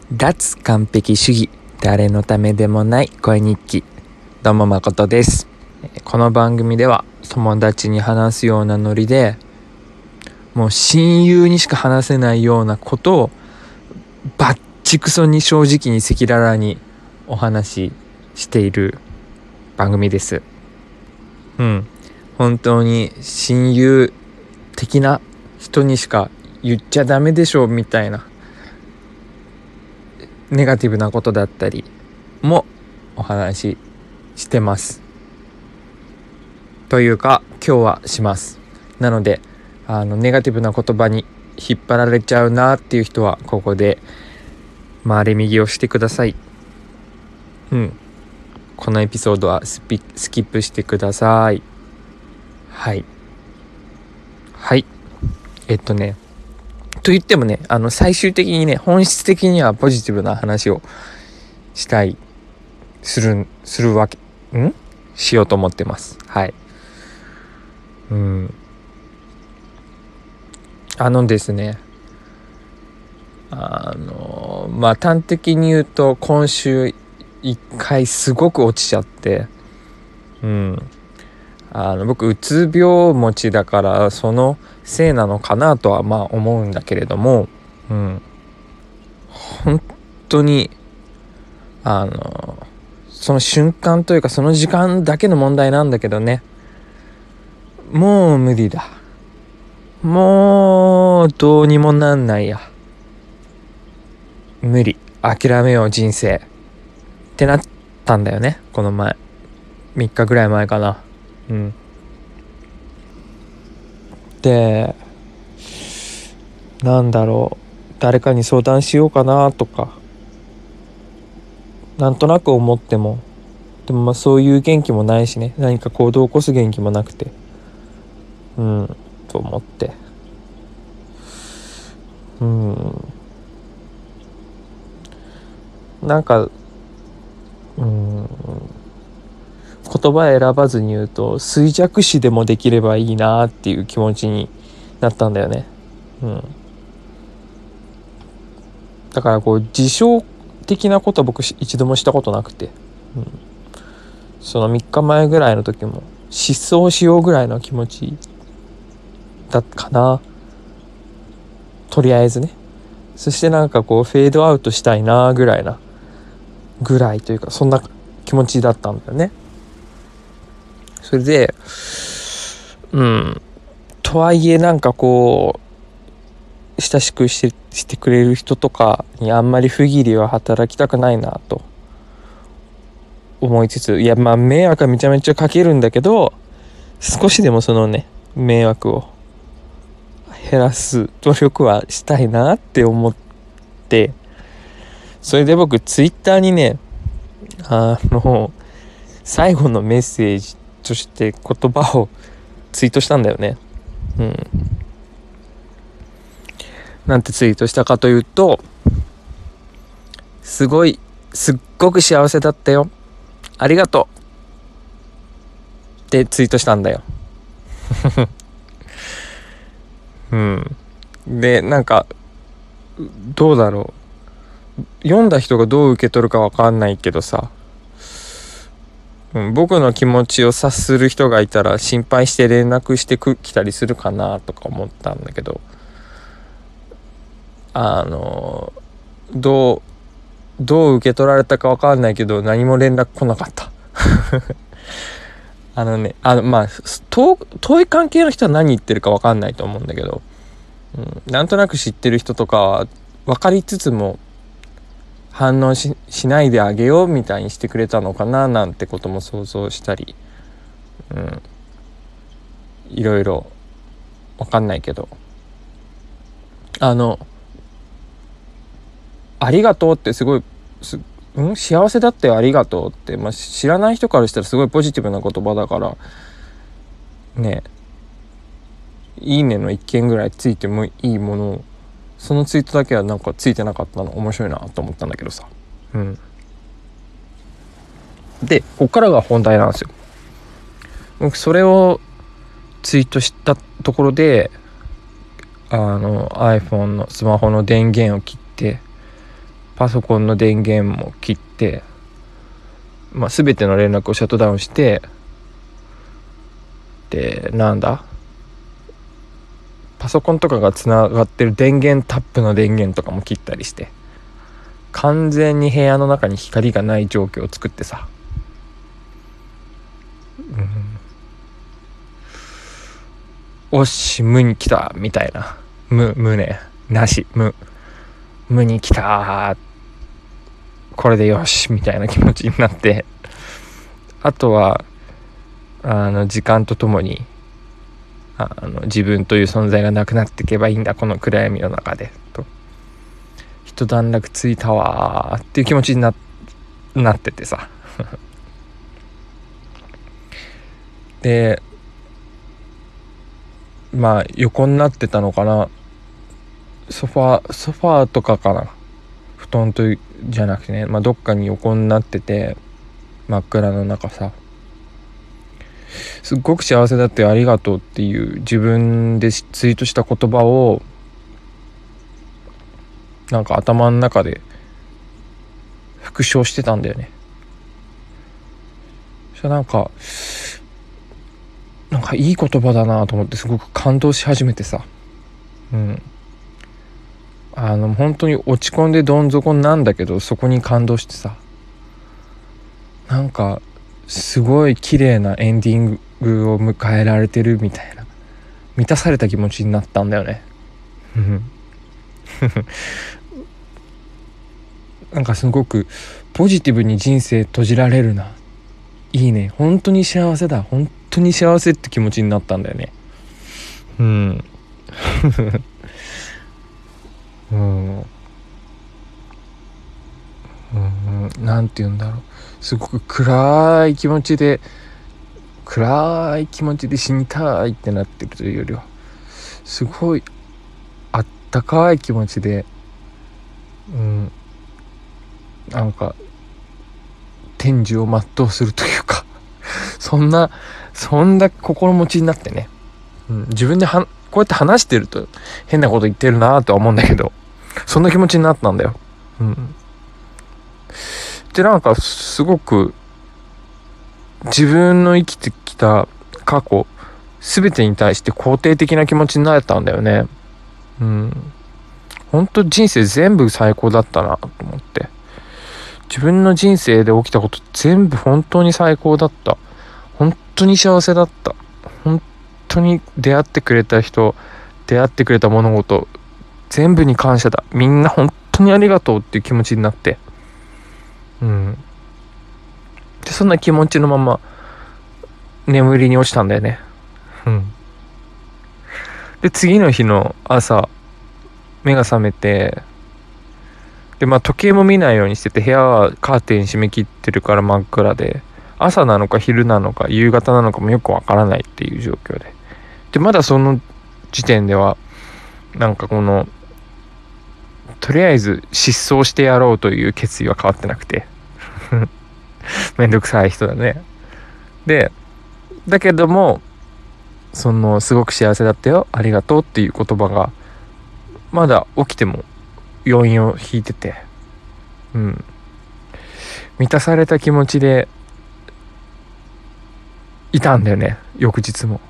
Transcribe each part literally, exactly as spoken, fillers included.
脱完璧主義、誰のためでもない恋日記。どうも誠です。この番組では友達に話すようなノリで、もう親友にしか話せないようなことをバッチクソに正直に赤裸々にお話ししている番組です。うん本当に親友的な人にしか言っちゃダメでしょみたいなネガティブなことだったりもお話ししてますというか今日はします。なのであのネガティブな言葉に引っ張られちゃうなっていう人はここで回り右をしてください。うんこのエピソードはスピスキップしてください。はいはいえっとねと言ってもねあの最終的にね本質的にはポジティブな話をしたいするするわけんしようと思ってます。はいうんあのですねあのまあ端的に言うと今週一回すごく落ちちゃってうんあの僕うつ病持ちだからそのせいなのかなとはまあ思うんだけれども、うん、本当にあのその瞬間というかその時間だけの問題なんだけどね、もう無理だ、もうどうにもなんないや、無理、諦めよう人生ってなったんだよね。この前みっかぐらい前かな。うんでなんだろう誰かに相談しようかなとかなんとなく思ってもでもまあそういう元気もないしね、何か行動を起こす元気もなくてうんと思ってうんなんかうん言葉選ばずに言うと衰弱死でもできればいいなっていう気持ちになったんだよね。うんだからこう自傷的なことは僕一度もしたことなくて、うん、そのみっかまえぐらいの時も失踪しようぐらいの気持ちだったかな、とりあえずね。そしてなんかこうフェードアウトしたいなぐらいなぐらいというかそんな気持ちだったんだよね。それでうんとはいえなんかこう親しくしてしてくれる人とかにあんまり不義理は働きたくないなと思いつつ、いやまあ迷惑はめちゃめちゃかけるんだけど少しでもそのね迷惑を減らす努力はしたいなって思って、それで僕ツイッターにねあの最後のメッセージとして言葉をツイートしたんだよね。うんなんてツイートしたかというと、すごいすっごく幸せだったよ、ありがとうってツイートしたんだようんでなんかどうだろう、読んだ人がどう受け取るか分かんないけどさ、うん、僕の気持ちを察する人がいたら心配して連絡してきたりするかなとか思ったんだけど、あのどうどう受け取られたか分かんないけど何も連絡来なかったあのねあのまあ遠、遠い関係の人は何言ってるか分かんないと思うんだけど、うん、なんとなく知ってる人とかは分かりつつも反応 し, しないであげようみたいにしてくれたのかななんてことも想像したり、うん、いろいろ分かんないけど、あのありがとうってすごいすん幸せだったよありがとうって、まあ、知らない人からしたらすごいポジティブな言葉だからね、いいねの一件ぐらいついてもいいものをそのツイートだけはなんかついてなかったの面白いなと思ったんだけどさ、うんでこっからが本題なんですよ。僕それをツイートしたところであの iPhone のスマホの電源を切ってパソコンの電源も切って、まあ、全ての連絡をシャットダウンして、でなんだパソコンとかがつながってる電源タップの電源とかも切ったりして、完全に部屋の中に光がない状況を作ってさ、うん、おし無に来たみたいな、無無ねなし無無に来た、これでよしみたいな気持ちになって、あとはあの時間とともにあの自分という存在がなくなっていけばいいんだ、この暗闇の中でと、一段落ついたわーっていう気持ちに な, なっててさでまあ横になってたのかな、ソファーソファーとかかな、布団とじゃなくてね、まあ、どっかに横になってて、真っ暗の中さ、すっごく幸せだってありがとうっていう自分でツイートした言葉をなんか頭の中で復唱してたんだよね。そしたらなんかなんかいい言葉だなと思ってすごく感動し始めてさ、うんあの本当に落ち込んでどん底なんだけど、そこに感動してさ、なんかすごい綺麗なエンディングを迎えられてるみたいな、満たされた気持ちになったんだよねなんかすごくポジティブに人生閉じられるな、いいね、本当に幸せだ、本当に幸せって気持ちになったんだよね。うんうん、うん、なんて言うんだろう、すごく暗い気持ちで暗い気持ちで死にたいってなってるというよりは、すごいあったかい気持ちで、うん、なんか天寿を全うするというかそんなそんな心持ちになってね、うん、自分ではこうやって話してると変なこと言ってるなとは思うんだけど、そんな気持ちになったんだよ。うん、でなんかすごく自分の生きてきた過去全てに対して肯定的な気持ちになれたんだよね。うん、本当人生全部最高だったなと思って、自分の人生で起きたこと全部本当に最高だった、本当に幸せだった、本当に出会ってくれた人、出会ってくれた物事全部に感謝だ、みんな本当にありがとうっていう気持ちになって、うんでそんな気持ちのまま眠りに落ちたんだよね。うんで次の日の朝目が覚めて、でまあ時計も見ないようにしてて、部屋はカーテン閉め切ってるから真っ暗で、朝なのか昼なのか夕方なのかもよくわからないっていう状況で、でまだその時点ではなんかこのとりあえず失踪してやろうという決意は変わってなくてめんどくさい人だね。でだけどもそのすごく幸せだったよありがとうっていう言葉がまだ起きても余韻を引いてて、うん満たされた気持ちでいたんだよね、翌日も。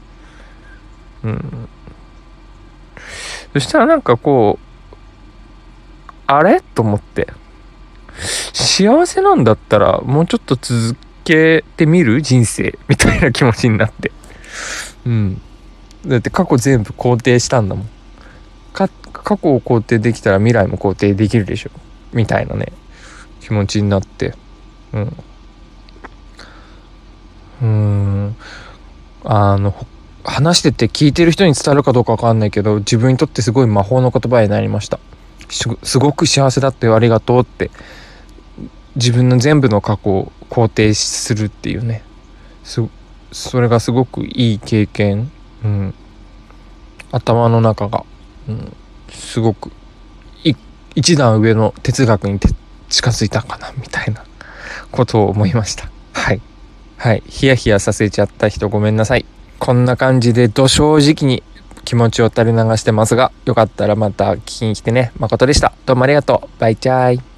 うんそしたらなんかこうあれと思って、幸せなんだったらもうちょっと続けてみる人生みたいな気持ちになって、うんだって過去全部肯定したんだもん。か過去を肯定できたら未来も肯定できるでしょみたいなね気持ちになって、うんうーんあの話してて聞いてる人に伝わるかどうか分かんないけど、自分にとってすごい魔法の言葉になりました。すごく幸せだったよありがとうって、自分の全部の過去を肯定するっていうね、そそれがすごくいい経験、うん、頭の中が、うん、すごく一段上の哲学に近づいたかなみたいなことを思いました。はいはいヒヤヒヤさせちゃった人ごめんなさい。こんな感じでど正直に気持ちを垂れ流してますが、よかったらまた聞きに来てね。誠でした。どうもありがとう。バイチャイ。